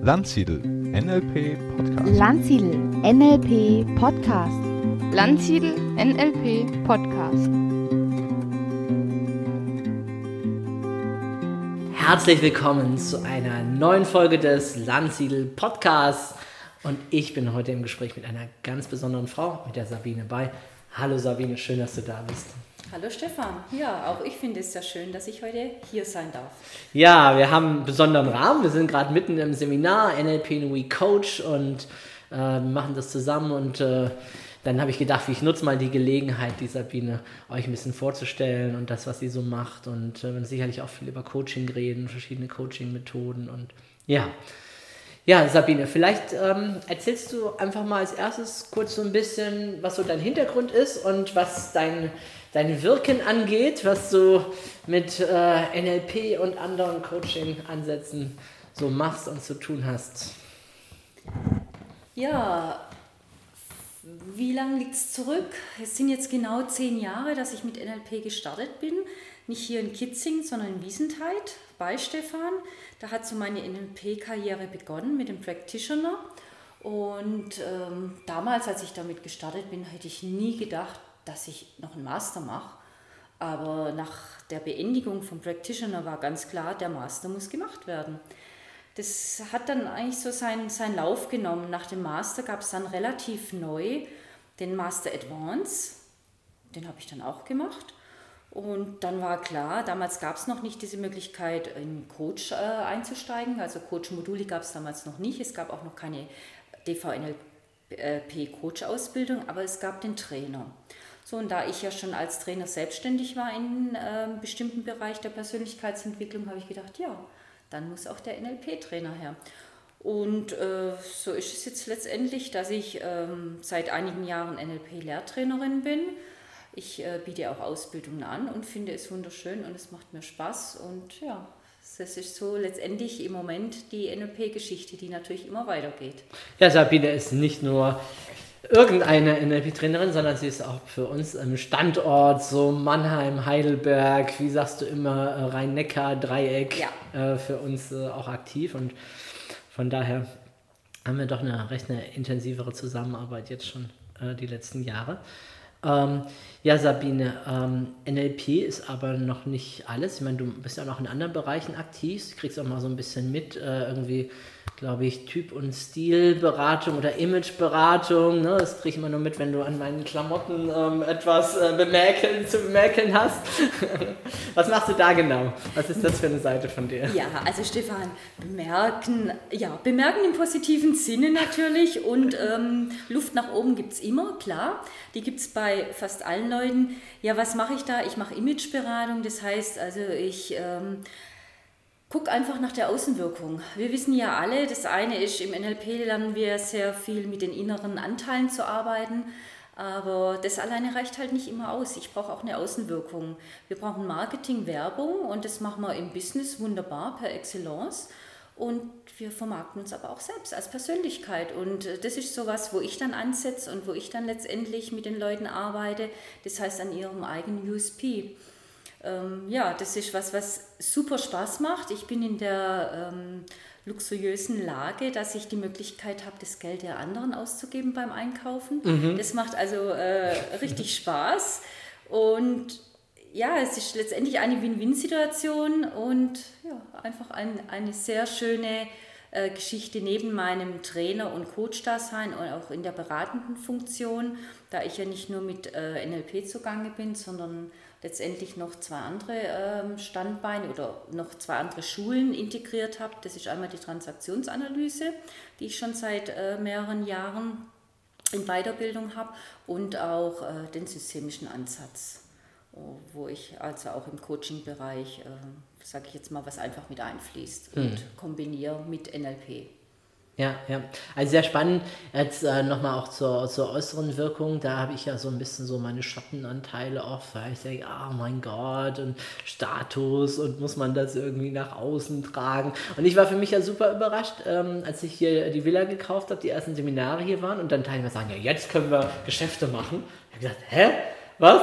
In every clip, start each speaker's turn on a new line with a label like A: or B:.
A: Landsiedel NLP Podcast.
B: Landsiedel NLP Podcast.
C: Landsiedel NLP Podcast.
D: Herzlich willkommen zu einer neuen Folge des Landsiedel Podcasts. Und ich bin heute im Gespräch mit einer ganz besonderen Frau, mit der Sabine Bay. Hallo Sabine, schön, dass du da bist.
E: Hallo Stefan, ja, auch ich finde es sehr schön, dass ich heute hier sein darf.
D: Ja, wir haben einen besonderen Rahmen. Wir sind gerade mitten im Seminar NLP in a Week Coach und machen das zusammen. Und dann habe ich gedacht, ich nutze mal die Gelegenheit, die Sabine euch ein bisschen vorzustellen und das, was sie so macht. Und wir werden sicherlich auch viel über Coaching reden, verschiedene Coaching-Methoden. Und ja, Sabine, vielleicht erzählst du einfach mal als erstes kurz so ein bisschen, was so dein Hintergrund ist und was dein Wirken angeht, was du mit NLP und anderen Coaching-Ansätzen so machst und zu tun hast.
E: Ja, wie lange liegt es zurück? Es sind jetzt genau 10 Jahre, dass ich mit NLP gestartet bin. Nicht hier in Kitzing, sondern in Wiesentheit bei Stefan. Da hat so meine NLP-Karriere begonnen mit dem Practitioner. Und damals, als ich damit gestartet bin, hätte ich nie gedacht, dass ich noch einen Master mache. Aber nach der Beendigung vom Practitioner war ganz klar, der Master muss gemacht werden. Das hat dann eigentlich so seinen Lauf genommen. Nach dem Master gab es dann relativ neu den Master Advance. Den habe ich dann auch gemacht. Und dann war klar, damals gab es noch nicht diese Möglichkeit, in Coach einzusteigen. Also Coach-Moduli gab es damals noch nicht. Es gab auch noch keine DVNLP-Coach-Ausbildung, aber es gab den Trainer. So, und da ich ja schon als Trainer selbstständig war in einem bestimmten Bereich der Persönlichkeitsentwicklung, habe ich gedacht, ja, dann muss auch der NLP-Trainer her. Und so ist es jetzt letztendlich, dass ich seit einigen Jahren NLP-Lehrtrainerin bin. Ich biete auch Ausbildungen an und finde es wunderschön und es macht mir Spaß. Und ja, das ist so letztendlich im Moment die NLP-Geschichte, die natürlich immer weitergeht.
D: Ja, Sabine ist nicht nur irgendeine NLP-Trainerin, sondern sie ist auch für uns im Standort, so Mannheim, Heidelberg, wie sagst du immer, Rhein-Neckar, Dreieck, für uns auch aktiv. Und von daher haben wir doch eine intensivere Zusammenarbeit jetzt schon die letzten Jahre. Ja, Sabine, NLP ist aber noch nicht alles. Ich meine, du bist ja auch noch in anderen Bereichen aktiv. Du kriegst auch mal so ein bisschen mit, irgendwie, glaube ich, Typ- und Stilberatung oder Imageberatung. Ne? Das kriege ich immer nur mit, wenn du an meinen Klamotten etwas zu bemerken hast. Was machst du da genau? Was ist das für eine Seite von dir?
E: Ja, also Stefan, bemerken im positiven Sinne natürlich und Luft nach oben gibt es immer, klar. Die gibt es bei fast allen Leuten. Ja, was mache ich da? Ich mache Imageberatung, das heißt also, ich guck einfach nach der Außenwirkung. Wir wissen ja alle, das eine ist, im NLP lernen wir sehr viel mit den inneren Anteilen zu arbeiten, aber das alleine reicht halt nicht immer aus. Ich brauche auch eine Außenwirkung. Wir brauchen Marketing, Werbung und das machen wir im Business wunderbar per Excellence. Und wir vermarkten uns aber auch selbst als Persönlichkeit. Und das ist sowas, wo ich dann ansetze und wo ich dann letztendlich mit den Leuten arbeite. Das heißt an ihrem eigenen USP. Das ist was super Spaß macht. Ich bin in der luxuriösen Lage, dass ich die Möglichkeit habe, das Geld der anderen auszugeben beim Einkaufen. Mhm. Das macht also richtig Spaß. Und ja, es ist letztendlich eine Win-Win-Situation und ja, einfach eine sehr schöne Geschichte neben meinem Trainer- und Coach-Dasein und auch in der beratenden Funktion, da ich ja nicht nur mit NLP zugange bin, sondern letztendlich noch 2 andere Standbeine oder noch 2 andere Schulen integriert habe. Das ist einmal die Transaktionsanalyse, die ich schon seit mehreren Jahren in Weiterbildung habe und auch den systemischen Ansatz, wo ich also auch im Coaching-Bereich, sage ich jetzt mal, was einfach mit einfließt und kombiniere mit NLP.
D: Ja, also sehr spannend. Jetzt nochmal auch zur äußeren Wirkung, da habe ich ja so ein bisschen so meine Schattenanteile oft, weil ich denke, oh mein Gott, und Status und muss man das irgendwie nach außen tragen. Und ich war für mich ja super überrascht, als ich hier die Villa gekauft habe, die ersten Seminare hier waren und dann Teilnehmer sagen, ja, jetzt können wir Geschäfte machen. Ich habe gesagt, hä? Was?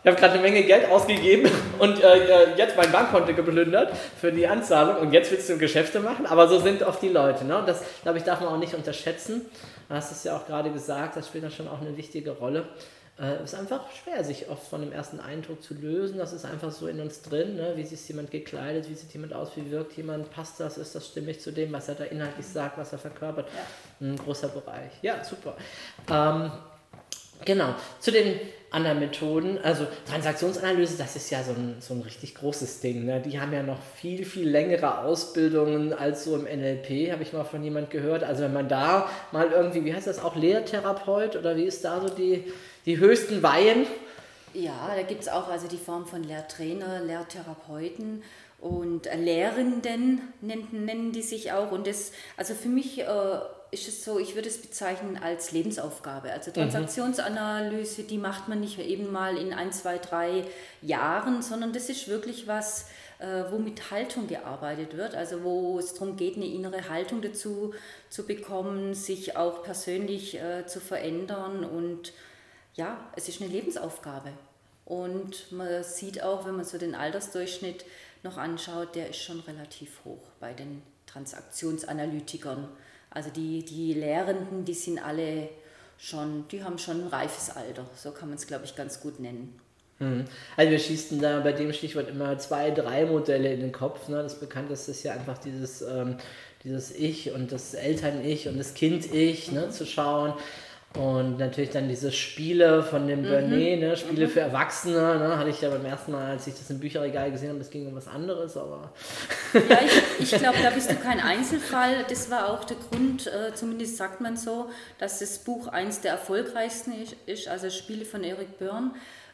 D: Ich habe gerade eine Menge Geld ausgegeben und jetzt mein Bankkonto geplündert für die Anzahlung und jetzt willst du Geschäfte machen. Aber so sind oft die Leute. Ne? Und das, glaube ich, darf man auch nicht unterschätzen. Du hast es ja auch gerade gesagt, das spielt dann schon auch eine wichtige Rolle. Es ist einfach schwer, sich oft von dem ersten Eindruck zu lösen. Das ist einfach so in uns drin. Ne? Wie ist jemand gekleidet? Wie sieht jemand aus? Wie wirkt jemand? Passt das? Ist das stimmig zu dem, was er da inhaltlich sagt, was er verkörpert? Ja. Ein großer Bereich. Ja, super. Genau, zu den anderen Methoden, also Transaktionsanalyse, das ist ja so ein richtig großes Ding. Ne? Die haben ja noch viel, viel längere Ausbildungen als so im NLP, habe ich mal von jemand gehört. Also wenn man da mal irgendwie, wie heißt das, auch Lehrtherapeut oder wie ist da so die höchsten Weihen?
E: Ja, da gibt es auch also die Form von Lehrtrainer, Lehrtherapeuten und Lehrenden nennen die sich auch. Und das, also für mich ist es so, ich würde es bezeichnen als Lebensaufgabe. Also Transaktionsanalyse, die macht man nicht eben mal in 1, 2, 3 Jahren, sondern das ist wirklich was, wo mit Haltung gearbeitet wird, also wo es darum geht, eine innere Haltung dazu zu bekommen, sich auch persönlich zu verändern und ja, es ist eine Lebensaufgabe. Und man sieht auch, wenn man so den Altersdurchschnitt noch anschaut, der ist schon relativ hoch bei den Transaktionsanalytikern. Also die Lehrenden, die sind alle schon, die haben schon ein reifes Alter, so kann man es, glaube ich, ganz gut nennen.
D: Also wir schießen da bei dem Stichwort immer 2, 3 Modelle in den Kopf. Ne? Das Bekannteste ist ja einfach dieses Ich und das Eltern-Ich und das Kind-Ich, ne, zu schauen. Und natürlich dann diese Spiele von dem Bernet, ne, Spiele für Erwachsene, ne, hatte ich ja beim ersten Mal, als ich das im Bücherregal gesehen habe, das ging um was anderes, aber...
E: Ja, ich glaube, da bist du kein Einzelfall. Das war auch der Grund, zumindest sagt man so, dass das Buch eins der erfolgreichsten ist, also Spiele von Eric Berne.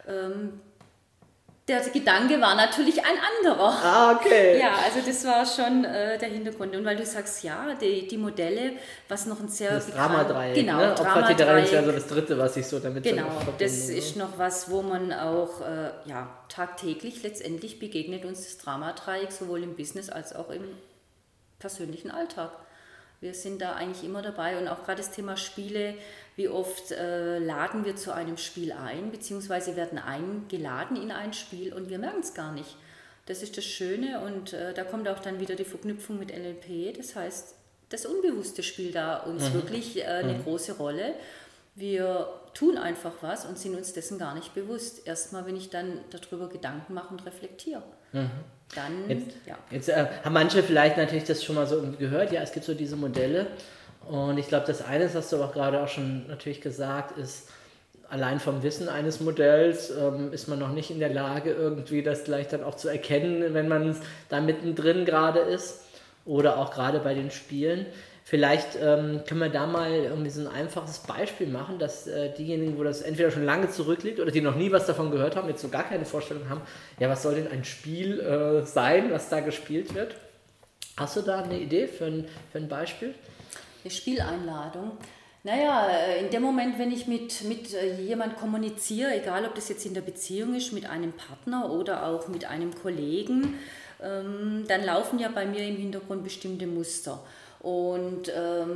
E: Der Gedanke war natürlich ein anderer.
D: Ah, okay.
E: Ja, also das war schon der Hintergrund. Und weil du sagst, ja, die Modelle, was noch ein sehr...
D: Das Dramadreieck,
E: genau,
D: ne?
E: Dramadreieck
D: ist ja so das Dritte, was ich so damit
E: genau,
D: so verbinde.
E: das ist noch was, wo man auch tagtäglich letztendlich begegnet uns das Dramadreieck, sowohl im Business als auch im persönlichen Alltag. Wir sind da eigentlich immer dabei und auch gerade das Thema Spiele, wie oft laden wir zu einem Spiel ein, beziehungsweise werden eingeladen in ein Spiel und wir merken es gar nicht. Das ist das Schöne und da kommt auch dann wieder die Verknüpfung mit NLP, das heißt, das Unbewusste spielt da uns wirklich eine große Rolle. Wir tun einfach was und sind uns dessen gar nicht bewusst. Erstmal, wenn ich dann darüber Gedanken mache und reflektiere. Dann,
D: Jetzt haben manche vielleicht natürlich das schon mal so gehört, ja, es gibt so diese Modelle und ich glaube, das eine, das hast du aber auch gerade auch schon natürlich gesagt, ist, allein vom Wissen eines Modells ist man noch nicht in der Lage, irgendwie das gleich dann auch zu erkennen, wenn man da mittendrin gerade ist oder auch gerade bei den Spielen. Vielleicht können wir da mal irgendwie so ein einfaches Beispiel machen, dass diejenigen, wo das entweder schon lange zurückliegt oder die noch nie was davon gehört haben, jetzt so gar keine Vorstellung haben, ja, was soll denn ein Spiel sein, was da gespielt wird? Hast du da eine Idee für ein Beispiel?
E: Eine Spieleinladung. Naja, in dem Moment, wenn ich mit jemand kommuniziere, egal ob das jetzt in der Beziehung ist, mit einem Partner oder auch mit einem Kollegen, dann laufen ja bei mir im Hintergrund bestimmte Muster. Und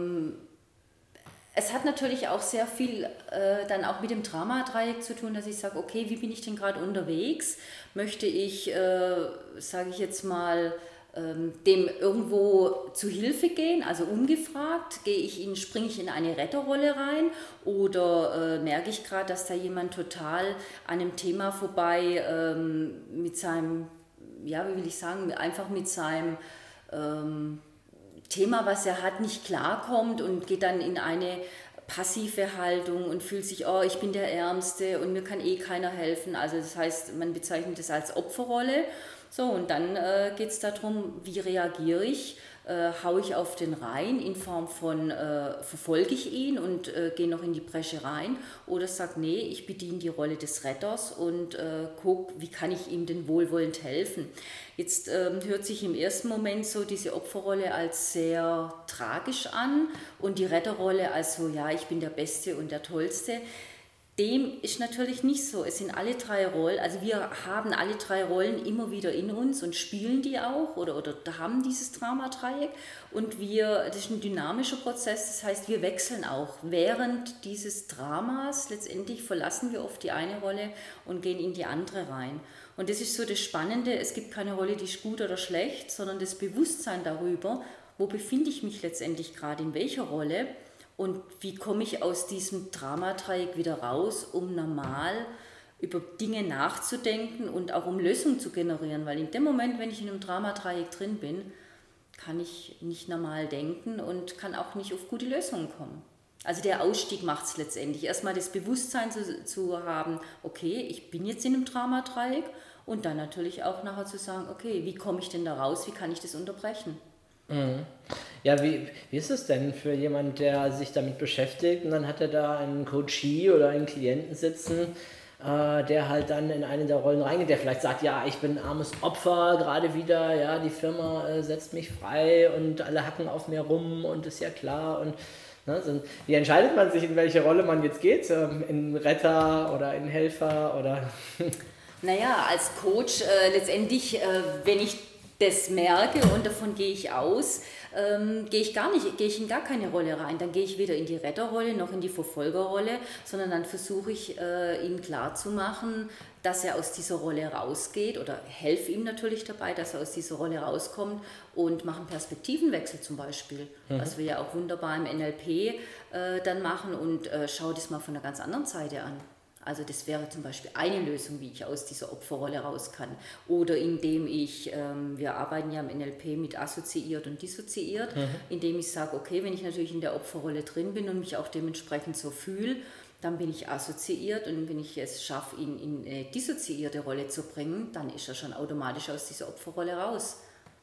E: es hat natürlich auch sehr viel dann auch mit dem Dramadreieck zu tun, dass ich sage, okay, wie bin ich denn gerade unterwegs? Möchte ich, sage ich jetzt mal, dem irgendwo zu Hilfe gehen, also ungefragt, springe ich in eine Retterrolle rein oder merke ich gerade, dass da jemand total an einem Thema vorbei mit seinem, ja, wie will ich sagen, einfach mit seinem Thema, was er hat, nicht klarkommt und geht dann in eine passive Haltung und fühlt sich, oh, ich bin der Ärmste und mir kann eh keiner helfen. Also das heißt, man bezeichnet das als Opferrolle. So, und dann geht es darum, wie reagiere ich? Haue ich auf den rein in Form von, verfolge ich ihn und gehe noch in die Bresche rein? Oder sage, nee, ich bediene die Rolle des Retters und gucke, wie kann ich ihm denn wohlwollend helfen? Jetzt hört sich im ersten Moment so diese Opferrolle als sehr tragisch an und die Retterrolle als so, ja, ich bin der Beste und der Tollste. Dem ist natürlich nicht so. Es sind alle 3 Rollen, also wir haben alle 3 Rollen immer wieder in uns und spielen die auch oder haben dieses Dramadreieck und das ist ein dynamischer Prozess, das heißt, wir wechseln auch. Während dieses Dramas letztendlich verlassen wir oft die eine Rolle und gehen in die andere rein. Und das ist so das Spannende, es gibt keine Rolle, die ist gut oder schlecht, sondern das Bewusstsein darüber, wo befinde ich mich letztendlich gerade, in welcher Rolle. Und wie komme ich aus diesem Dramadreieck wieder raus, um normal über Dinge nachzudenken und auch um Lösungen zu generieren? Weil in dem Moment, wenn ich in einem Dramadreieck drin bin, kann ich nicht normal denken und kann auch nicht auf gute Lösungen kommen. Also der Ausstieg macht es letztendlich. Erstmal das Bewusstsein zu haben, okay, ich bin jetzt in einem Dramadreieck und dann natürlich auch nachher zu sagen, okay, wie komme ich denn da raus, wie kann ich das unterbrechen?
D: Ja, wie ist es denn für jemanden, der sich damit beschäftigt und dann hat er da einen Coachee oder einen Klienten sitzen, der halt dann in eine der Rollen reingeht, der vielleicht sagt, ja, ich bin ein armes Opfer, gerade wieder, ja, die Firma setzt mich frei und alle hacken auf mir rum und ist ja klar und wie entscheidet man sich, in welche Rolle man jetzt geht? In Retter oder in Helfer oder?
E: Naja, als Coach letztendlich, wenn ich das merke und davon gehe ich aus, gehe ich in gar keine Rolle rein. Dann gehe ich weder in die Retterrolle noch in die Verfolgerrolle, sondern dann versuche ich ihm klarzumachen, dass er aus dieser Rolle rausgeht oder helfe ihm natürlich dabei, dass er aus dieser Rolle rauskommt und mache einen Perspektivenwechsel zum Beispiel, was wir ja auch wunderbar im NLP dann machen und schaue das mal von einer ganz anderen Seite an. Also das wäre zum Beispiel eine Lösung, wie ich aus dieser Opferrolle raus kann. Oder indem wir arbeiten ja im NLP mit assoziiert und dissoziiert, indem ich sage, okay, wenn ich natürlich in der Opferrolle drin bin und mich auch dementsprechend so fühle, dann bin ich assoziiert und wenn ich es schaffe, ihn in eine dissoziierte Rolle zu bringen, dann ist er schon automatisch aus dieser Opferrolle raus.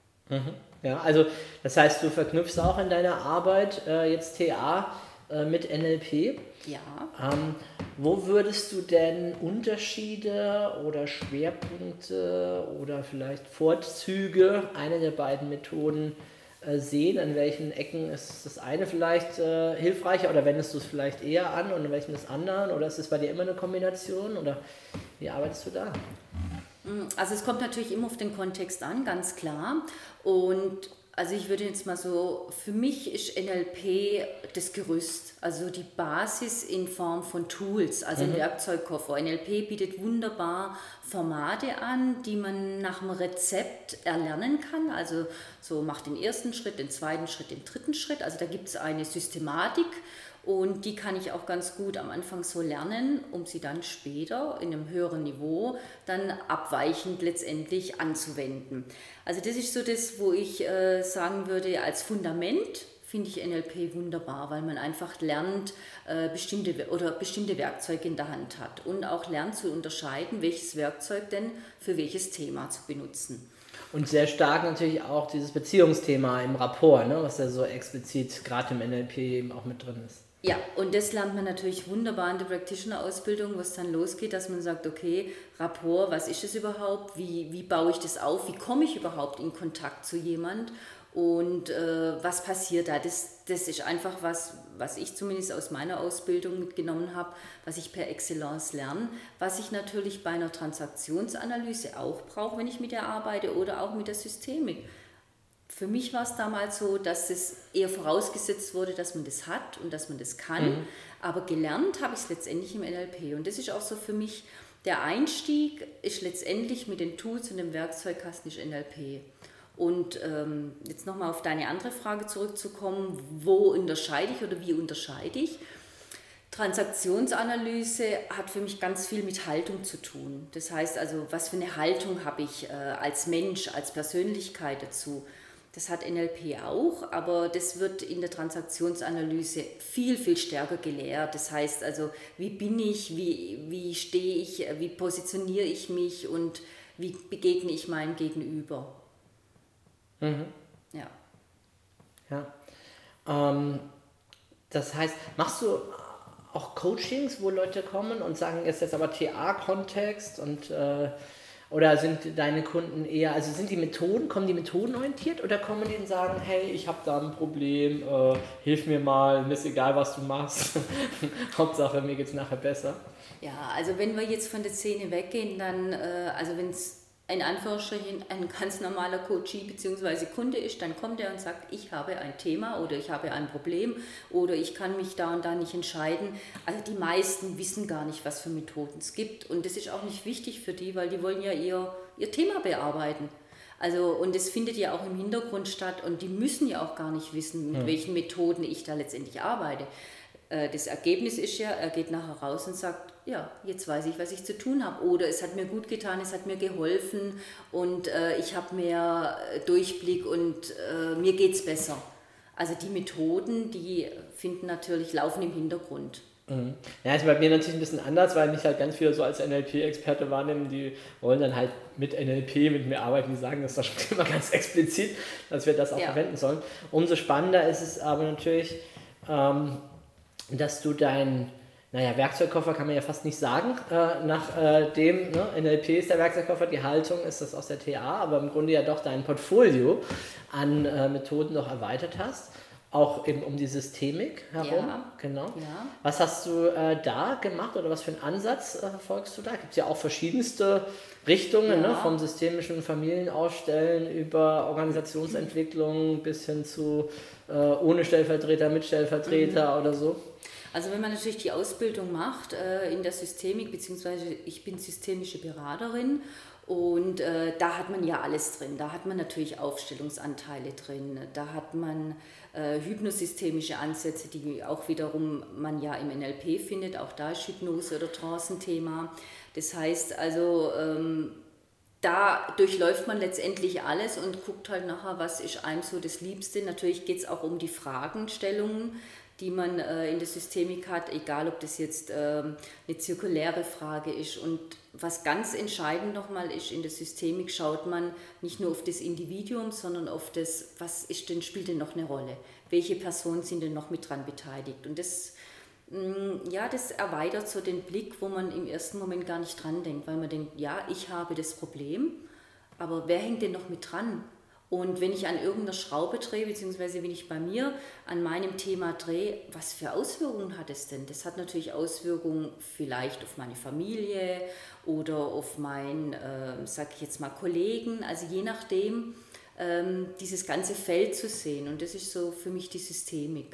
D: Ja, also das heißt, du verknüpfst auch in deiner Arbeit jetzt TA mit NLP.
E: Ja.
D: Wo würdest du denn Unterschiede oder Schwerpunkte oder vielleicht Vorzüge einer der beiden Methoden sehen? An welchen Ecken ist das eine vielleicht hilfreicher oder wendest du es vielleicht eher an und an welchen des anderen? Oder ist es bei dir immer eine Kombination oder wie arbeitest du da?
E: Also es kommt natürlich immer auf den Kontext an, ganz klar. Und also ich würde jetzt mal so, für mich ist NLP das Gerüst, also die Basis in Form von Tools, also ein Werkzeugkoffer. NLP bietet wunderbar Formate an, die man nach dem Rezept erlernen kann. Also so macht den ersten Schritt, den zweiten Schritt, den dritten Schritt. Also da gibt es eine Systematik. Und die kann ich auch ganz gut am Anfang so lernen, um sie dann später in einem höheren Niveau dann abweichend letztendlich anzuwenden. Also das ist so das, wo ich sagen würde, als Fundament finde ich NLP wunderbar, weil man einfach lernt, bestimmte Werkzeuge in der Hand hat und auch lernt zu unterscheiden, welches Werkzeug denn für welches Thema zu benutzen.
D: Und sehr stark natürlich auch dieses Beziehungsthema im Rapport, ne, was ja so explizit gerade im NLP eben auch mit drin ist.
E: Ja, und das lernt man natürlich wunderbar in der Practitioner-Ausbildung, was dann losgeht, dass man sagt, okay, Rapport, was ist es überhaupt, wie baue ich das auf, wie komme ich überhaupt in Kontakt zu jemand und was passiert da. Das ist einfach was ich zumindest aus meiner Ausbildung mitgenommen habe, was ich per Excellence lerne, was ich natürlich bei einer Transaktionsanalyse auch brauche, wenn ich mit der arbeite oder auch mit der Systemik. Für mich war es damals so, dass es eher vorausgesetzt wurde, dass man das hat und dass man das kann, aber gelernt habe ich es letztendlich im NLP und das ist auch so für mich, der Einstieg ist letztendlich mit den Tools und dem Werkzeugkasten ist NLP. Und jetzt nochmal auf deine andere Frage zurückzukommen, wo unterscheide ich oder wie unterscheide ich? Transaktionsanalyse hat für mich ganz viel mit Haltung zu tun. Das heißt also, was für eine Haltung habe ich als Mensch, als Persönlichkeit dazu? Das hat NLP auch, aber das wird in der Transaktionsanalyse viel, viel stärker gelehrt. Das heißt also, wie bin ich, wie stehe ich, wie positioniere ich mich und wie begegne ich meinem Gegenüber. Ja.
D: Das heißt, machst du auch Coachings, wo Leute kommen und sagen, es ist jetzt aber TA-Kontext und Oder sind deine Kunden eher, also kommen die methodenorientiert oder kommen die und sagen, hey, ich habe da ein Problem, hilf mir mal, mir ist egal, was du machst, Hauptsache mir geht es nachher besser?
E: Ja, also wenn wir jetzt von der Szene weggehen, dann, also wenn es in Anführungsstrichen ein ganz normaler Coachee bzw. Kunde ist, dann kommt er und sagt, ich habe ein Thema oder ich habe ein Problem oder ich kann mich da und da nicht entscheiden. Also die meisten wissen gar nicht, was für Methoden es gibt und das ist auch nicht wichtig für die, weil die wollen ja ihr Thema bearbeiten. Also, und das findet ja auch im Hintergrund statt und die müssen ja auch gar nicht wissen, mit welchen Methoden ich da letztendlich arbeite. Das Ergebnis ist ja, er geht nachher raus und sagt, ja, jetzt weiß ich, was ich zu tun habe. Oder es hat mir gut getan, es hat mir geholfen und ich habe mehr Durchblick und mir geht es besser. Also die Methoden, die laufen im Hintergrund.
D: Ja, ist bei mir natürlich ein bisschen anders, weil mich halt ganz viele so als NLP-Experte wahrnehmen, die wollen dann halt mit NLP mit mir arbeiten, die sagen das doch schon immer ganz explizit, dass wir das auch verwenden sollen. Umso spannender ist es aber natürlich, dass du Werkzeugkoffer kann man ja fast nicht sagen, NLP ist der Werkzeugkoffer, die Haltung ist das aus der TA, aber im Grunde ja doch dein Portfolio an Methoden noch erweitert hast, auch eben um die Systemik herum. Ja, genau. Ja. Was hast du da gemacht oder was für einen Ansatz verfolgst du da? Gibt es ja auch verschiedenste Richtungen, vom systemischen Familienaufstellen über Organisationsentwicklung bis hin zu ohne Stellvertreter, mit Stellvertreter oder so.
E: Also wenn man natürlich die Ausbildung macht in der Systemik, beziehungsweise ich bin systemische Beraterin und da hat man ja alles drin. Da hat man natürlich Aufstellungsanteile drin, da hat man hypnosystemische Ansätze, die auch wiederum man ja im NLP findet, auch da ist Hypnose oder Trance ein Thema. Das heißt also, da durchläuft man letztendlich alles und guckt halt nachher, was ist einem so das Liebste. Natürlich geht es auch um die Fragestellungen, die man in der Systemik hat, egal ob das jetzt eine zirkuläre Frage ist. Und was ganz entscheidend nochmal ist, in der Systemik schaut man nicht nur auf das Individuum, sondern auf das, spielt denn noch eine Rolle? Welche Personen sind denn noch mit dran beteiligt? Und das erweitert so den Blick, wo man im ersten Moment gar nicht dran denkt, weil man denkt, ja, ich habe das Problem, aber wer hängt denn noch mit dran? Und wenn ich an irgendeiner Schraube drehe, beziehungsweise wenn ich bei mir an meinem Thema drehe, was für Auswirkungen hat es denn? Das hat natürlich Auswirkungen vielleicht auf meine Familie oder auf meinen, Kollegen, also je nachdem, dieses ganze Feld zu sehen. Und das ist so für mich die Systemik.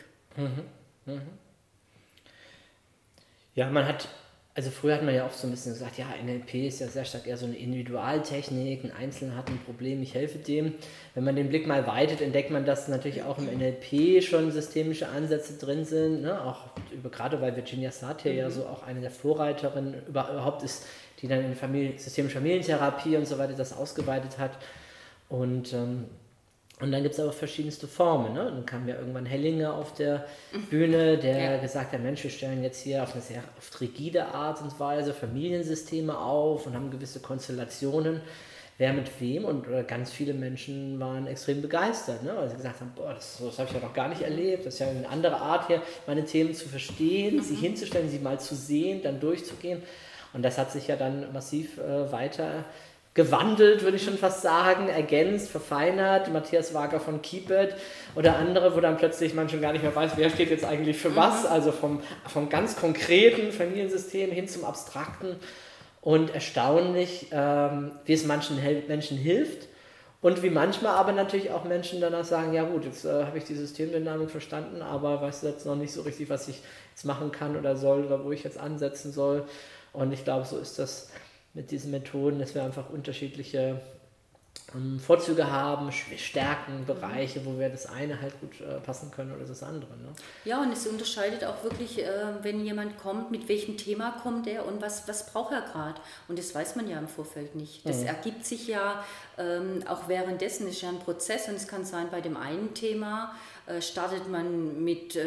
D: Ja, früher hat man ja oft so ein bisschen gesagt, ja, NLP ist ja sehr stark eher so eine Individualtechnik, ein Einzelner hat ein Problem, ich helfe dem. Wenn man den Blick mal weitet, entdeckt man, dass natürlich auch im NLP schon systemische Ansätze drin sind, ne? Auch gerade weil Virginia Satir ja so auch eine der Vorreiterinnen überhaupt ist, die dann in systemische Familientherapie und so weiter das ausgeweitet hat. Und dann gibt es aber verschiedenste Formen. Ne? Dann kam ja irgendwann Hellinger auf der Bühne, der gesagt hat, Mensch, wir stellen jetzt hier auf eine sehr oft rigide Art und Weise Familiensysteme auf und haben gewisse Konstellationen, wer mit wem. Und ganz viele Menschen waren extrem begeistert, ne? Weil sie gesagt haben, boah, das habe ich ja noch gar nicht erlebt. Das ist ja eine andere Art hier, meine Themen zu verstehen, sie hinzustellen, sie mal zu sehen, dann durchzugehen. Und das hat sich ja dann massiv weiter gewandelt, würde ich schon fast sagen, ergänzt, verfeinert, Matthias Wager von Keep It oder andere, wo dann plötzlich man schon gar nicht mehr weiß, wer steht jetzt eigentlich für was, also vom ganz konkreten Familiensystem hin zum abstrakten und erstaunlich, wie es manchen Menschen hilft und wie manchmal aber natürlich auch Menschen danach sagen, ja gut, jetzt habe ich die Systemdynamik verstanden, aber weiß jetzt noch nicht so richtig, was ich jetzt machen kann oder soll oder wo ich jetzt ansetzen soll. Und ich glaube, so ist das mit diesen Methoden, dass wir einfach unterschiedliche Vorzüge haben, Stärken, Bereiche, wo wir das eine halt gut passen können oder das andere. Ne?
E: Ja, und es unterscheidet auch wirklich, wenn jemand kommt, mit welchem Thema kommt er und was braucht er gerade. Und das weiß man ja im Vorfeld nicht. Das ergibt sich ja auch währenddessen, ist ja ein Prozess und es kann sein, bei dem einen Thema startet man mit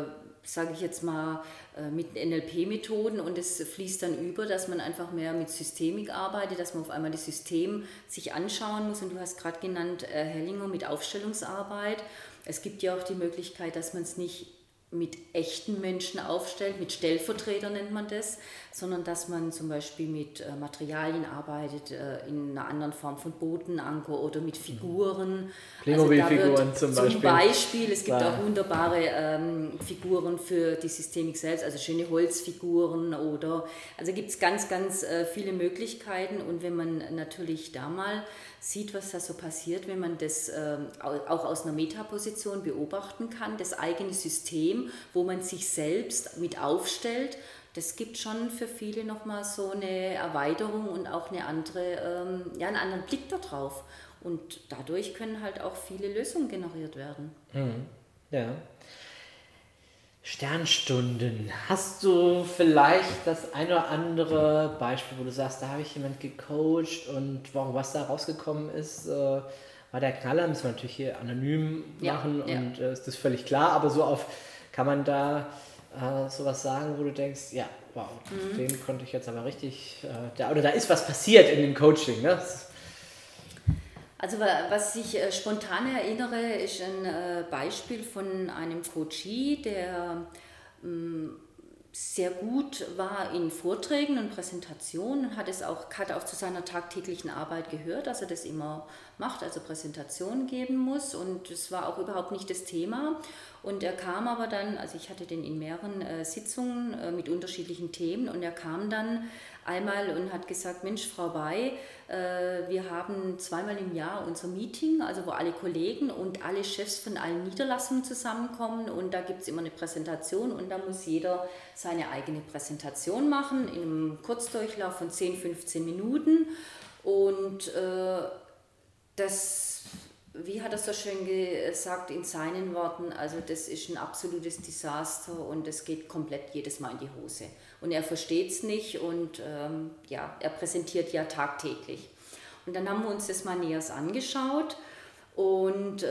E: mit NLP-Methoden und es fließt dann über, dass man einfach mehr mit Systemik arbeitet, dass man auf einmal das System sich anschauen muss und du hast gerade genannt, Hellinger mit Aufstellungsarbeit. Es gibt ja auch die Möglichkeit, dass man es nicht mit echten Menschen aufstellt, mit Stellvertretern nennt man das, sondern dass man zum Beispiel mit Materialien arbeitet, in einer anderen Form von Botenanker oder mit Figuren.
D: Playmobil-Figuren zum Beispiel.
E: Es gibt auch wunderbare Figuren für die Systemik selbst, also schöne Holzfiguren also gibt es ganz, ganz viele Möglichkeiten, und wenn man natürlich da mal sieht, was da so passiert, wenn man das auch aus einer Metaposition beobachten kann, das eigene System, wo man sich selbst mit aufstellt, das gibt schon für viele nochmal so eine Erweiterung und auch einen anderen Blick darauf. Und dadurch können halt auch viele Lösungen generiert werden.
D: Ja. Sternstunden. Hast du vielleicht das ein oder andere Beispiel, wo du sagst, da habe ich jemand gecoacht und was da rausgekommen ist, war der Knaller, müssen wir natürlich hier anonym machen und ist das völlig klar, aber kann man da sowas sagen, wo du denkst, ja, wow, den konnte ich jetzt aber richtig, da ist was passiert in dem Coaching, ne?
E: Also was ich spontan erinnere, ist ein Beispiel von einem Coachee, der sehr gut war in Vorträgen und Präsentationen, hat auch zu seiner tagtäglichen Arbeit gehört, dass er das immer macht, also Präsentationen geben muss, und es war auch überhaupt nicht das Thema. Und er kam aber dann, also ich hatte den in mehreren Sitzungen mit unterschiedlichen Themen, und er kam dann einmal und hat gesagt, Mensch, Frau Bay, wir haben 2-mal im Jahr unser Meeting, also wo alle Kollegen und alle Chefs von allen Niederlassungen zusammenkommen, und da gibt es immer eine Präsentation, und da muss jeder seine eigene Präsentation machen in einem Kurzdurchlauf von 10-15 Minuten, und wie hat er so schön gesagt in seinen Worten, also das ist ein absolutes Desaster und es geht komplett jedes Mal in die Hose. Und er versteht es nicht, und er präsentiert ja tagtäglich. Und dann haben wir uns das mal näher angeschaut, und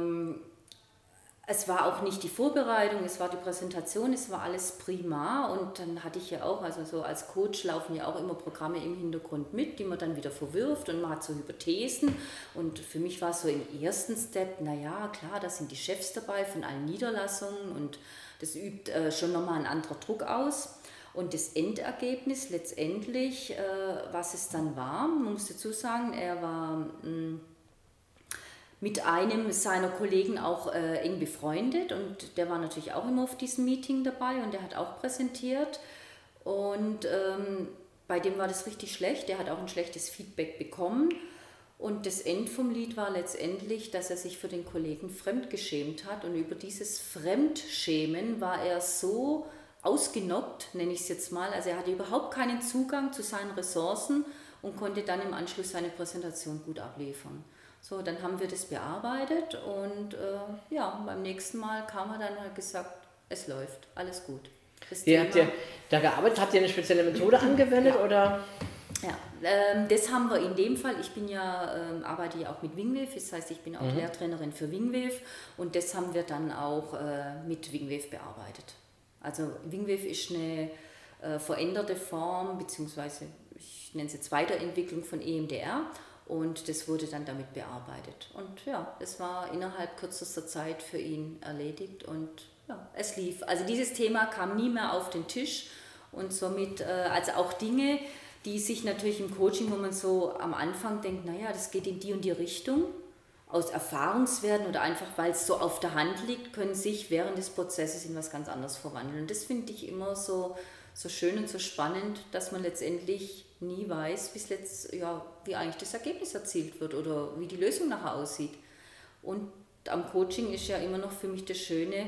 E: es war auch nicht die Vorbereitung, es war die Präsentation, es war alles prima, und dann hatte ich ja auch, also so als Coach laufen ja auch immer Programme im Hintergrund mit, die man dann wieder verwirft, und man hat so Hypothesen, und für mich war es so im ersten Step, naja, klar, da sind die Chefs dabei von allen Niederlassungen, und das übt schon nochmal ein anderer Druck aus. Und das Endergebnis letztendlich, was es dann war, man muss dazu sagen, er war mit einem seiner Kollegen auch eng befreundet, und der war natürlich auch immer auf diesem Meeting dabei, und der hat auch präsentiert, und bei dem war das richtig schlecht, der hat auch ein schlechtes Feedback bekommen, und das End vom Lied war letztendlich, dass er sich für den Kollegen fremdgeschämt hat, und über dieses Fremdschämen war er so ausgenockt, nenne ich es jetzt mal, also er hatte überhaupt keinen Zugang zu seinen Ressourcen und konnte dann im Anschluss seine Präsentation gut abliefern. So, dann haben wir das bearbeitet, und beim nächsten Mal kam er dann und hat gesagt, es läuft, alles gut.
D: Habt ihr da gearbeitet? Habt ihr eine spezielle Methode angewendet? Oder?
E: Ja, das haben wir in dem Fall. Ich bin arbeite ja auch mit Wingwave, das heißt, ich bin auch Lehrtrainerin für Wingwave, und das haben wir dann auch mit Wingwave bearbeitet. Also Wingwave ist eine veränderte Form, beziehungsweise ich nenne es jetzt Weiterentwicklung von EMDR. Und das wurde dann damit bearbeitet. Und ja, es war innerhalb kürzester Zeit für ihn erledigt, und ja, es lief. Also dieses Thema kam nie mehr auf den Tisch, und somit, also auch Dinge, die sich natürlich im Coaching, wo man so am Anfang denkt, naja, das geht in die und die Richtung, aus Erfahrungswerten oder einfach, weil es so auf der Hand liegt, können sich während des Prozesses in was ganz anderes verwandeln. Und das finde ich immer so schön und so spannend, dass man letztendlich nie weiß, wie eigentlich das Ergebnis erzielt wird oder wie die Lösung nachher aussieht. Und am Coaching ist ja immer noch für mich das Schöne,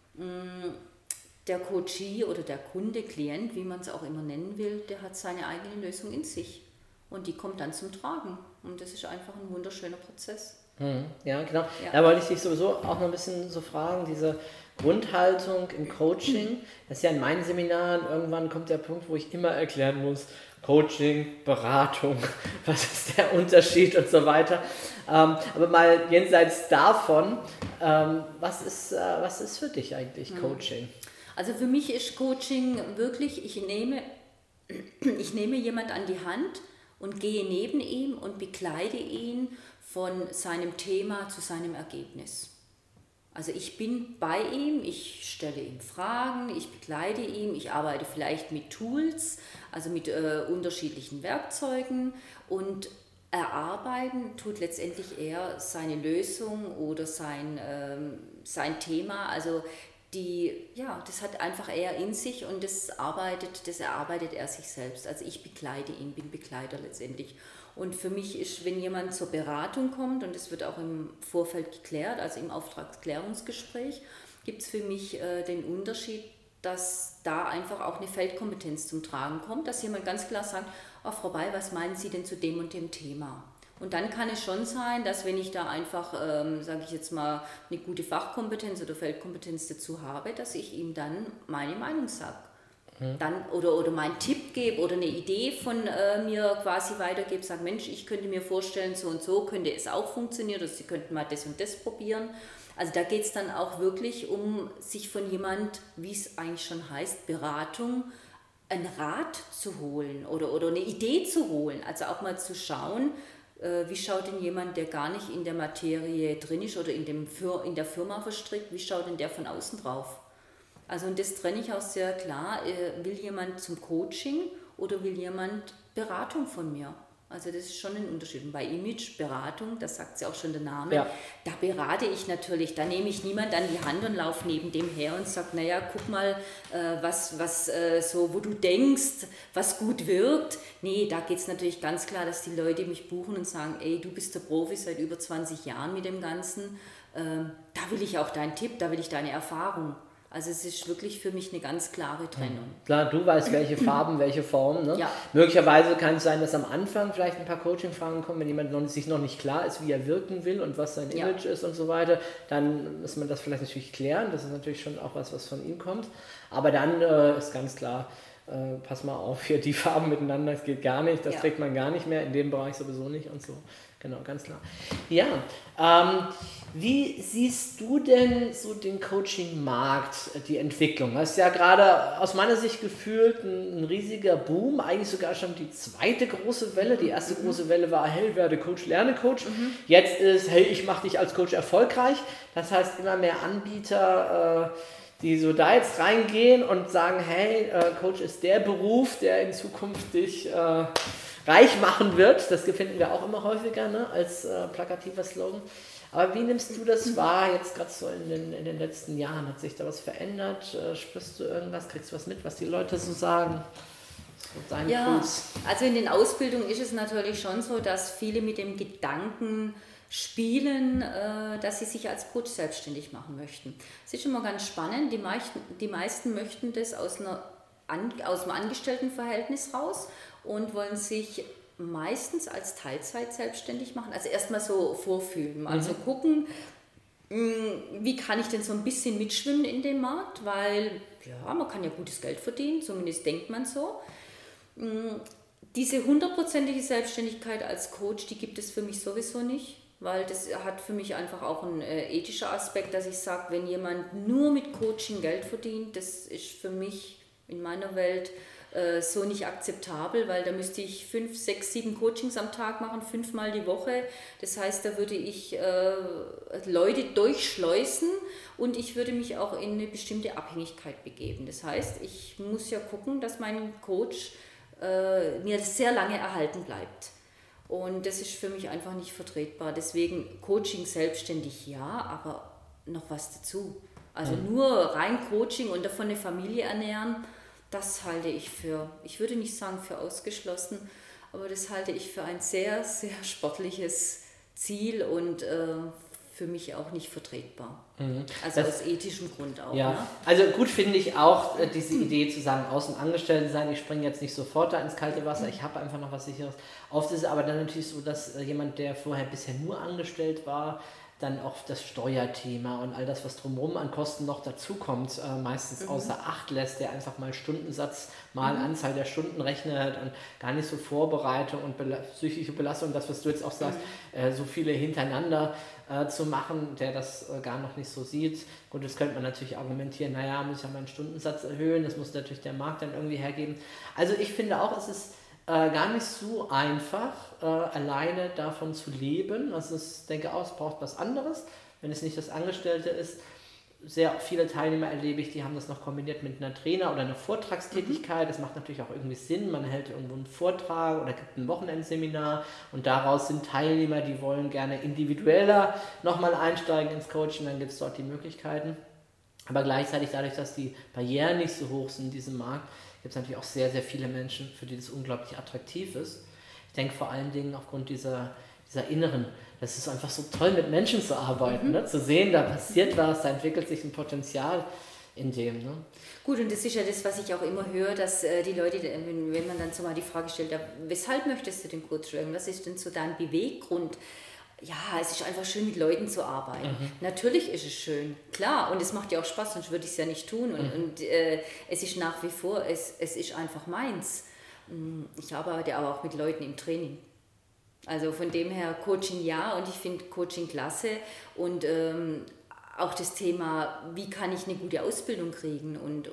E: der Coachee oder der Kunde, Klient, wie man es auch immer nennen will, der hat seine eigene Lösung in sich, und die kommt dann zum Tragen, und das ist einfach ein wunderschöner Prozess.
D: Ja, genau. Ja. Da wollte ich dich sowieso auch noch ein bisschen so fragen, diese Grundhaltung im Coaching, das ist ja in meinen Seminaren, irgendwann kommt der Punkt, wo ich immer erklären muss, Coaching, Beratung, was ist der Unterschied und so weiter. Aber mal jenseits davon, was ist für dich eigentlich Coaching?
E: Also für mich ist Coaching wirklich, ich nehme jemand an die Hand und gehe neben ihm und begleite ihn von seinem Thema zu seinem Ergebnis. Also ich bin bei ihm, ich stelle ihm Fragen, ich begleite ihn, ich arbeite vielleicht mit Tools, also mit unterschiedlichen Werkzeugen und erarbeiten tut letztendlich er seine Lösung oder sein Thema. Also das hat einfach er in sich und das erarbeitet er sich selbst. Also ich begleite ihn, bin Begleiter letztendlich. Und für mich ist, wenn jemand zur Beratung kommt, und das wird auch im Vorfeld geklärt, also im Auftragsklärungsgespräch, gibt es für mich den Unterschied, dass da einfach auch eine Feldkompetenz zum Tragen kommt, dass jemand ganz klar sagt, Frau Bay, was meinen Sie denn zu dem und dem Thema? Und dann kann es schon sein, dass wenn ich da einfach, sage ich jetzt mal, eine gute Fachkompetenz oder Feldkompetenz dazu habe, dass ich ihm dann meine Meinung sage. Dann, oder meinen Tipp gebe oder eine Idee von mir quasi weitergebe, sage, Mensch, ich könnte mir vorstellen, so und so könnte es auch funktionieren, oder Sie könnten mal das und das probieren. Also da geht es dann auch wirklich um sich von jemand, wie es eigentlich schon heißt, Beratung, einen Rat zu holen oder eine Idee zu holen. Also auch mal zu schauen, wie schaut denn jemand, der gar nicht in der Materie drin ist oder in der Firma verstrickt, wie schaut denn der von außen drauf? Also und das trenne ich auch sehr klar. Will jemand zum Coaching oder will jemand Beratung von mir? Also das ist schon ein Unterschied. Und bei Image-Beratung, das sagt ja auch schon der Name,
D: ja.
E: Da berate ich natürlich. Da nehme ich niemand an die Hand und laufe neben dem her und sage, naja, guck mal, wo du denkst, was gut wirkt. Nee, da geht es natürlich ganz klar, dass die Leute mich buchen und sagen, ey, du bist der Profi seit über 20 Jahren mit dem Ganzen. Da will ich auch deinen Tipp, da will ich deine Erfahrung. Also es ist wirklich für mich eine ganz klare Trennung.
D: Klar, du weißt, welche Farben, welche Formen. Ne?
E: Ja.
D: Möglicherweise kann es sein, dass am Anfang vielleicht ein paar Coaching-Fragen kommen, wenn jemand sich noch nicht klar ist, wie er wirken will und was sein Image ist und so weiter. Dann muss man das vielleicht natürlich klären. Das ist natürlich schon auch was von ihm kommt. Aber dann ist ganz klar, pass mal auf, hier die Farben miteinander, das geht gar nicht, das trägt man gar nicht mehr, in dem Bereich sowieso nicht und so. Genau, ganz klar. Ja, wie siehst du denn so den Coaching-Markt, die Entwicklung? Das ist ja gerade aus meiner Sicht gefühlt ein riesiger Boom, eigentlich sogar schon die zweite große Welle. Die erste große Welle war, hey, werde Coach, lerne Coach. Jetzt ist, hey, ich mache dich als Coach erfolgreich. Das heißt, immer mehr Anbieter, die so da jetzt reingehen und sagen, hey, Coach ist der Beruf, der in Zukunft dich reich machen wird. Das finden wir auch immer häufiger, ne, als plakativer Slogan. Aber wie nimmst du das wahr, jetzt gerade so in den letzten Jahren? Hat sich da was verändert? Spürst du irgendwas? Kriegst du was mit, was die Leute so sagen? So dein Puls.
E: Also in den Ausbildungen ist es natürlich schon so, dass viele mit dem Gedanken spielen, dass sie sich als Coach selbstständig machen möchten. Es ist immer ganz spannend, die meisten möchten das aus dem Angestelltenverhältnis raus und wollen sich meistens als Teilzeit selbstständig machen. Also erstmal so vorfühlen, also gucken, wie kann ich denn so ein bisschen mitschwimmen in dem Markt, weil man kann ja gutes Geld verdienen, zumindest denkt man so. Diese 100%ige Selbstständigkeit als Coach, die gibt es für mich sowieso nicht, weil das hat für mich einfach auch einen ethischen Aspekt, dass ich sage, wenn jemand nur mit Coaching Geld verdient, das ist für mich in meiner Welt so nicht akzeptabel, weil da müsste ich 5, 6, 7 Coachings am Tag machen, 5-mal die Woche. Das heißt, da würde ich Leute durchschleusen und ich würde mich auch in eine bestimmte Abhängigkeit begeben. Das heißt, ich muss ja gucken, dass mein Coach mir sehr lange erhalten bleibt. Und das ist für mich einfach nicht vertretbar. Deswegen Coaching selbstständig ja, aber noch was dazu. Also nur rein Coaching und davon eine Familie ernähren, das halte ich für, ich würde nicht sagen für ausgeschlossen, aber das halte ich für ein sehr, sehr sportliches Ziel und für mich auch nicht vertretbar. Also das, aus ethischem Grund auch.
D: Ja,
E: ne?
D: Also gut finde ich auch diese Idee zu sagen, außen Angestellte sein, ich springe jetzt nicht sofort da ins kalte Wasser, ich habe einfach noch was Sicheres. Oft ist es aber dann natürlich so, dass jemand, der vorher bisher nur angestellt war, dann auch das Steuerthema und all das, was drumherum an Kosten noch dazukommt, meistens außer Acht lässt, der einfach mal Stundensatz, mal Anzahl der Stunden rechnet und gar nicht so Vorbereitung und psychische Belastung, das, was du jetzt auch sagst, so viele hintereinander zu machen, der das gar noch nicht so sieht. Gut, das könnte man natürlich argumentieren, naja, muss ich ja meinen Stundensatz erhöhen, das muss natürlich der Markt dann irgendwie hergeben. Also ich finde auch, es ist gar nicht so einfach, alleine davon zu leben. Also ich denke auch, es braucht was anderes. wenn es nicht das Angestellte ist. Sehr viele Teilnehmer erlebe ich, die haben das noch kombiniert mit einer Trainer- oder einer Vortragstätigkeit. Das macht natürlich auch irgendwie Sinn. Man hält irgendwo einen Vortrag oder gibt ein Wochenendseminar und daraus sind Teilnehmer, die wollen gerne individueller nochmal einsteigen ins Coaching, dann gibt es dort die Möglichkeiten. Aber gleichzeitig dadurch, dass die Barrieren nicht so hoch sind in diesem Markt, gibt es natürlich auch sehr, sehr viele Menschen, für die das unglaublich attraktiv ist. Ich denke vor allen Dingen aufgrund dieser inneren, das ist einfach so toll, mit Menschen zu arbeiten, ne? Zu sehen, da passiert was, da entwickelt sich ein Potenzial in dem. Ne?
E: Gut, und das ist ja das, was ich auch immer höre, dass die Leute, wenn man dann so mal die Frage stellt, ja, weshalb möchtest du den Coach werden? Was ist denn so dein Beweggrund? Ja, es ist einfach schön, mit Leuten zu arbeiten. Natürlich ist es schön, klar, und es macht ja auch Spaß, sonst würde ich es ja nicht tun. Und es ist nach wie vor, es ist einfach meins. Ich arbeite aber auch mit Leuten im Training. Also von dem her Coaching ja, und ich finde Coaching klasse und auch das Thema, wie kann ich eine gute Ausbildung kriegen und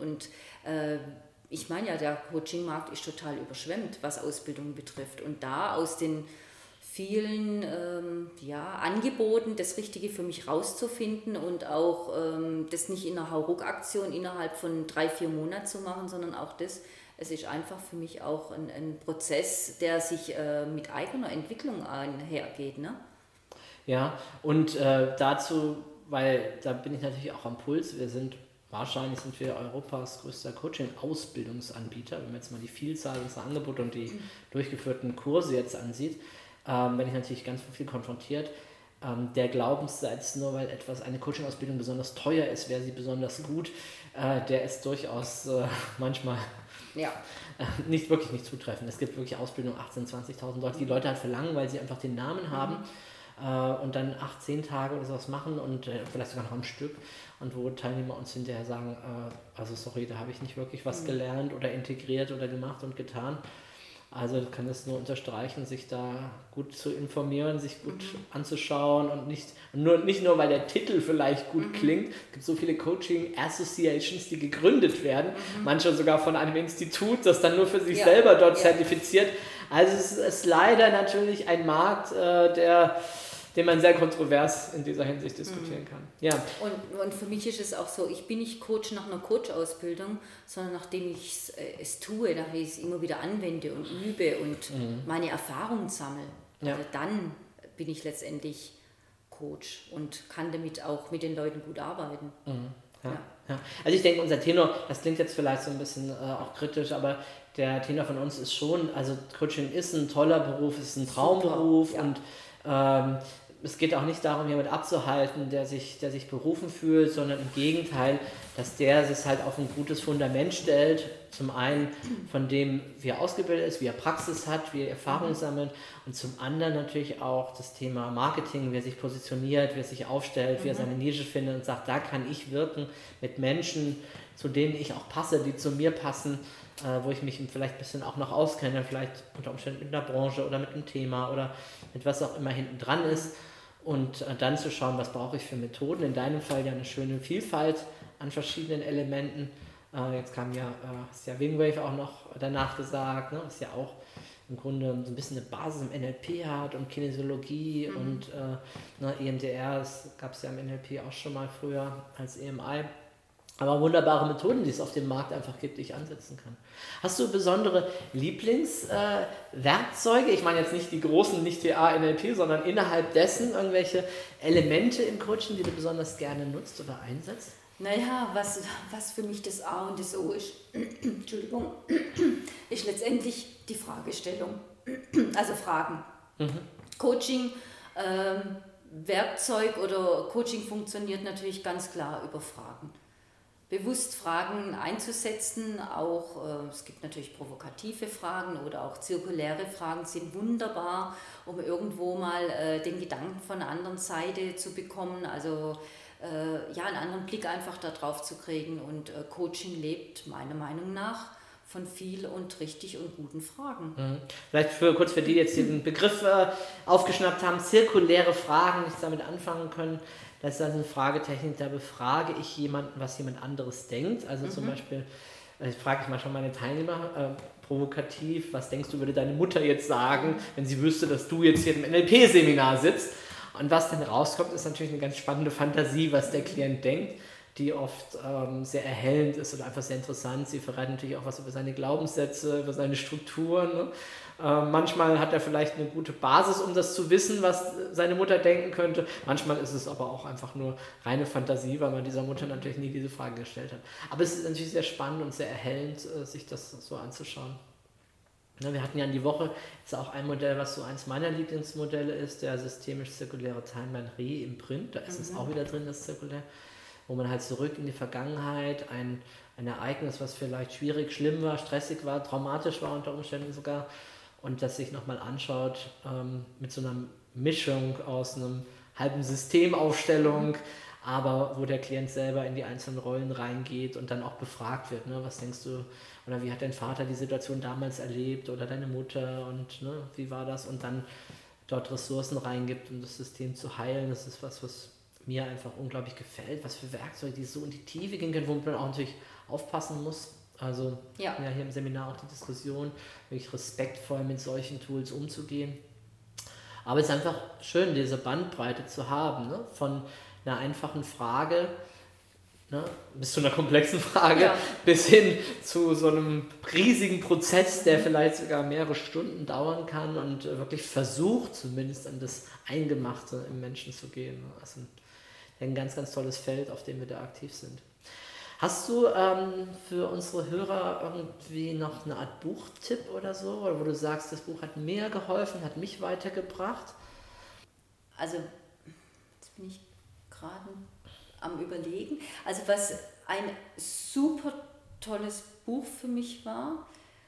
E: ich meine ja, der Coaching-Markt ist total überschwemmt, was Ausbildung betrifft, und da aus den vielen Angeboten das Richtige für mich rauszufinden und auch das nicht in einer Hauruck-Aktion innerhalb von 3-4 Monaten zu machen, sondern auch das. Es ist einfach für mich auch ein Prozess, der sich mit eigener Entwicklung einhergeht. Ne?
D: Ja, und dazu, weil da bin ich natürlich auch am Puls, wahrscheinlich sind wir Europas größter Coaching-Ausbildungsanbieter, wenn man jetzt mal die Vielzahl unserer Angebote und die durchgeführten Kurse jetzt ansieht, bin ich natürlich ganz viel konfrontiert. Der Glaubenssatz, nur weil eine Coaching-Ausbildung besonders teuer ist, wäre sie besonders gut, der ist durchaus manchmal nicht zutreffend. Es gibt wirklich Ausbildung 18.000, 20.000 Leute, die Leute halt verlangen, weil sie einfach den Namen haben und dann 8-10 Tage oder sowas machen und vielleicht sogar noch am Stück, und wo Teilnehmer uns hinterher sagen, also sorry, da habe ich nicht wirklich was gelernt oder integriert oder gemacht und getan. Also ich kann das nur unterstreichen, sich da gut zu informieren, sich gut anzuschauen und nicht nur, weil der Titel vielleicht gut klingt. Es gibt so viele Coaching Associations, die gegründet werden, manche sogar von einem Institut, das dann nur für sich selber dort zertifiziert. Also es ist leider natürlich ein Markt, den man sehr kontrovers in dieser Hinsicht diskutieren kann. Ja.
E: Und für mich ist es auch so, ich bin nicht Coach nach einer Coach-Ausbildung, sondern nachdem ich es tue, nachdem ich es immer wieder anwende und übe und meine Erfahrungen sammle. Ja. Also dann bin ich letztendlich Coach und kann damit auch mit den Leuten gut arbeiten.
D: Ja. Also ich denke, unser Tenor, das klingt jetzt vielleicht so ein bisschen auch kritisch, aber der Tenor von uns ist schon, also Coaching ist ein toller Beruf, ist ein Traumberuf und es geht auch nicht darum, jemand abzuhalten, der sich berufen fühlt, sondern im Gegenteil, dass der sich halt auf ein gutes Fundament stellt. Zum einen von dem, wie er ausgebildet ist, wie er Praxis hat, wie er Erfahrung sammelt, und zum anderen natürlich auch das Thema Marketing, wie er sich positioniert, wie er sich aufstellt, wie er seine Nische findet und sagt, da kann ich wirken mit Menschen, zu denen ich auch passe, die zu mir passen, wo ich mich vielleicht ein bisschen auch noch auskenne, vielleicht unter Umständen mit einer Branche oder mit einem Thema oder mit was auch immer hinten dran ist, und dann zu schauen, was brauche ich für Methoden. In deinem Fall ja eine schöne Vielfalt an verschiedenen Elementen. Jetzt kam hast ja Wingwave auch noch danach gesagt, ne, was ja auch im Grunde so ein bisschen eine Basis im NLP hat und Kinesiologie und EMDR, das gab es ja im NLP auch schon mal früher als EMI. Aber wunderbare Methoden, die es auf dem Markt einfach gibt, die ich ansetzen kann. Hast du besondere Lieblingswerkzeuge? Ich meine jetzt nicht die großen, nicht TA, NLP, sondern innerhalb dessen irgendwelche Elemente im Coaching, die du besonders gerne nutzt oder einsetzt?
E: Naja, was für mich das A und das O ist, Entschuldigung, ist letztendlich die Fragestellung. Also Fragen. Coaching, Werkzeug oder Coaching funktioniert natürlich ganz klar über Fragen. Bewusst Fragen einzusetzen, auch es gibt natürlich provokative Fragen oder auch zirkuläre Fragen sind wunderbar, um irgendwo mal den Gedanken von einer anderen Seite zu bekommen, also einen anderen Blick einfach da drauf zu kriegen, und Coaching lebt meiner Meinung nach von viel und richtig und guten Fragen.
D: Vielleicht kurz für die jetzt den Begriff aufgeschnappt haben, zirkuläre Fragen, nichts damit anfangen können. Das ist also eine Fragetechnik, da befrage ich jemanden, was jemand anderes denkt. Also zum Beispiel, frage ich mal schon meine Teilnehmer, provokativ, was denkst du, würde deine Mutter jetzt sagen, wenn sie wüsste, dass du jetzt hier im NLP-Seminar sitzt? Und was dann rauskommt, ist natürlich eine ganz spannende Fantasie, was der Klient denkt, die oft sehr erhellend ist oder einfach sehr interessant. Sie verraten natürlich auch was über seine Glaubenssätze, über seine Strukturen. Ne? Manchmal hat er vielleicht eine gute Basis, um das zu wissen, was seine Mutter denken könnte. Manchmal ist es aber auch einfach nur reine Fantasie, weil man dieser Mutter natürlich nie diese Frage gestellt hat. Aber es ist natürlich sehr spannend und sehr erhellend, sich das so anzuschauen. Ja, wir hatten ja in die Woche jetzt auch ein Modell, was so eins meiner Lieblingsmodelle ist, der systemisch-zirkuläre Timeline Re im Print. Da ist es auch wieder drin, das Zirkulär, wo man halt zurück in die Vergangenheit, ein Ereignis, was vielleicht schwierig, schlimm war, stressig war, traumatisch war unter Umständen sogar, und das sich nochmal anschaut mit so einer Mischung aus einem halben Systemaufstellung, aber wo der Klient selber in die einzelnen Rollen reingeht und dann auch befragt wird, ne? Was denkst du, oder wie hat dein Vater die Situation damals erlebt oder deine Mutter und ne, wie war das, und dann dort Ressourcen reingibt, um das System zu heilen. Das ist was mir einfach unglaublich gefällt, was für Werkzeuge, die so in die Tiefe gehen können, wo man auch natürlich aufpassen muss. Also ja, hier im Seminar auch die Diskussion, wirklich respektvoll mit solchen Tools umzugehen. Aber es ist einfach schön, diese Bandbreite zu haben, ne? Von einer einfachen Frage, ne, bis zu einer komplexen Frage, bis hin zu so einem riesigen Prozess, der vielleicht sogar mehrere Stunden dauern kann und wirklich versucht, zumindest an das Eingemachte im Menschen zu gehen. Also ein ganz, ganz tolles Feld, auf dem wir da aktiv sind. Hast du für unsere Hörer irgendwie noch eine Art Buchtipp oder so, oder wo du sagst, das Buch hat mir geholfen, hat mich weitergebracht?
E: Also, jetzt bin ich gerade am Überlegen. Also, was ein super tolles Buch für mich war,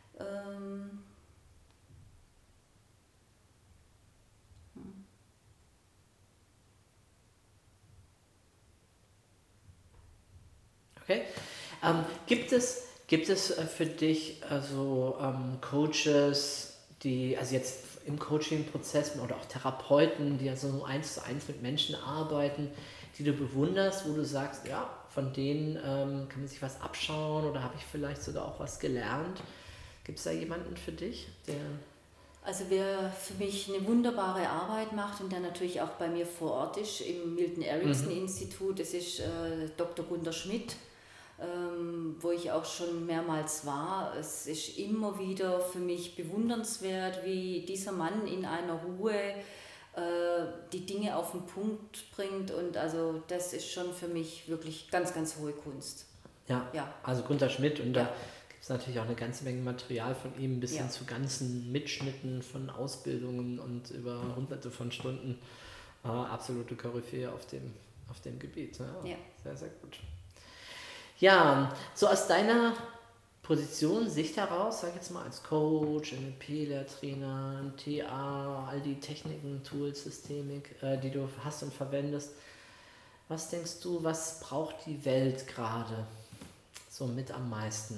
D: Okay. Gibt es für dich also Coaches, die also jetzt im Coaching-Prozess oder auch Therapeuten, die also so 1:1 mit Menschen arbeiten, die du bewunderst, wo du sagst, ja, von denen kann man sich was abschauen oder habe ich vielleicht sogar auch was gelernt? Gibt es da jemanden für dich, der...
E: Also wer für mich eine wunderbare Arbeit macht und der natürlich auch bei mir vor Ort ist, im Milton Erickson Institut, das ist Dr. Gunter Schmidt, wo ich auch schon mehrmals war. Es ist immer wieder für mich bewundernswert, wie dieser Mann in einer Ruhe die Dinge auf den Punkt bringt, und also das ist schon für mich wirklich ganz, ganz hohe Kunst.
D: Ja. Also Gunter Schmidt, und da gibt es natürlich auch eine ganze Menge Material von ihm, bis hin zu ganzen Mitschnitten von Ausbildungen und über hunderte von Stunden. Absolute Koryphäe auf dem Gebiet. Ja. Sehr, sehr gut. Ja, so aus deiner Position, Sicht heraus, sag ich jetzt mal, als Coach, NLP-Lehrtrainer, TA, all die Techniken, Tools, Systemik, die du hast und verwendest, was denkst du, was braucht die Welt gerade so mit am meisten?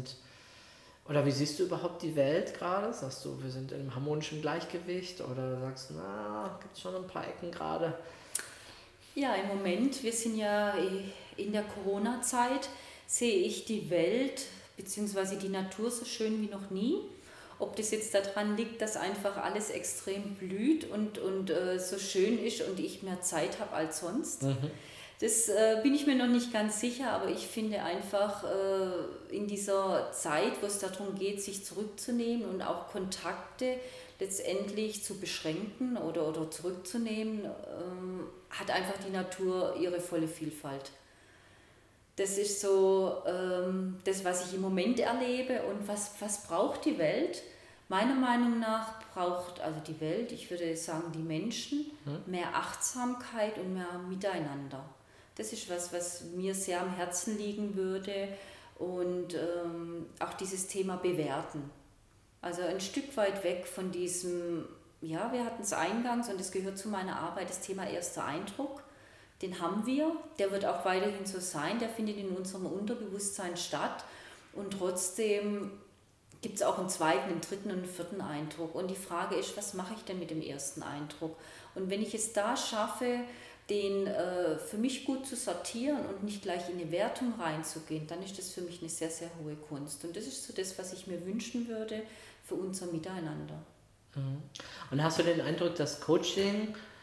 D: Oder wie siehst du überhaupt die Welt gerade? Sagst du, wir sind in einem harmonischen Gleichgewicht, oder sagst du, gibt es schon ein paar Ecken gerade?
E: Ja, im Moment, wir sind ja in der Corona-Zeit, sehe ich die Welt bzw. die Natur so schön wie noch nie. Ob das jetzt daran liegt, dass einfach alles extrem blüht und so schön ist und ich mehr Zeit habe als sonst. Das bin ich mir noch nicht ganz sicher, aber ich finde einfach in dieser Zeit, wo es darum geht, sich zurückzunehmen und auch Kontakte letztendlich zu beschränken oder zurückzunehmen, hat einfach die Natur ihre volle Vielfalt. Das ist so das, was ich im Moment erlebe. Und was braucht die Welt? Meiner Meinung nach braucht also die Welt, ich würde sagen die Menschen, mehr Achtsamkeit und mehr Miteinander. Das ist was mir sehr am Herzen liegen würde, und auch dieses Thema Bewerten. Also ein Stück weit weg von diesem, ja, wir hatten es eingangs und es gehört zu meiner Arbeit, das Thema erster Eindruck. Den haben wir, der wird auch weiterhin so sein, der findet in unserem Unterbewusstsein statt, und trotzdem gibt es auch einen zweiten, einen dritten und einen vierten Eindruck. Und die Frage ist, was mache ich denn mit dem ersten Eindruck? Und wenn ich es da schaffe, den für mich gut zu sortieren und nicht gleich in eine Wertung reinzugehen, dann ist das für mich eine sehr, sehr hohe Kunst. Und das ist so das, was ich mir wünschen würde für unser Miteinander.
D: Und hast du den Eindruck, dass Coaching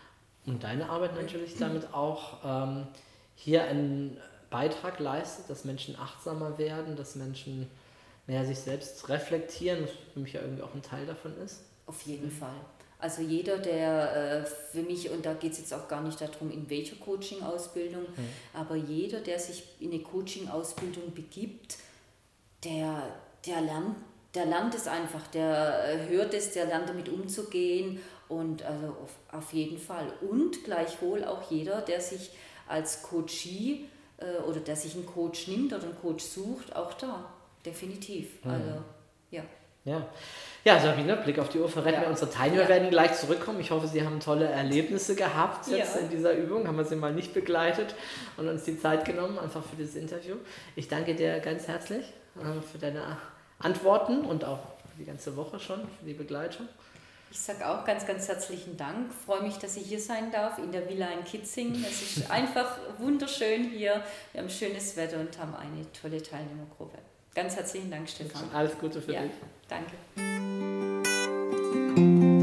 D: und deine Arbeit natürlich damit auch hier einen Beitrag leistet, dass Menschen achtsamer werden, dass Menschen mehr sich selbst reflektieren, was für mich ja irgendwie auch ein Teil davon ist.
E: Auf jeden Fall. Also jeder, der für mich, und da geht es jetzt auch gar nicht darum, in welcher Coaching-Ausbildung, aber jeder, der sich in eine Coaching-Ausbildung begibt, der lernt es einfach, der hört es, der lernt damit umzugehen und also auf jeden Fall. Und gleichwohl auch jeder, der sich als Coachee oder der sich einen Coach nimmt oder einen Coach sucht, auch da, definitiv. Also, ja.
D: Ja, Sabine, Blick auf die Uhr verrät mir, unsere Teilnehmer werden gleich zurückkommen. Ich hoffe, Sie haben tolle Erlebnisse gehabt jetzt in dieser Übung. Haben wir Sie mal nicht begleitet und uns die Zeit genommen, einfach für dieses Interview. Ich danke dir ganz herzlich für deine Antworten und auch für die ganze Woche schon, für die Begleitung.
E: Ich sage auch ganz, ganz herzlichen Dank. Ich freue mich, dass ich hier sein darf in der Villa in Kitzingen. Es ist einfach wunderschön hier. Wir haben schönes Wetter und haben eine tolle Teilnehmergruppe. Ganz herzlichen Dank, Stefan.
D: Alles Gute für dich.
E: Danke.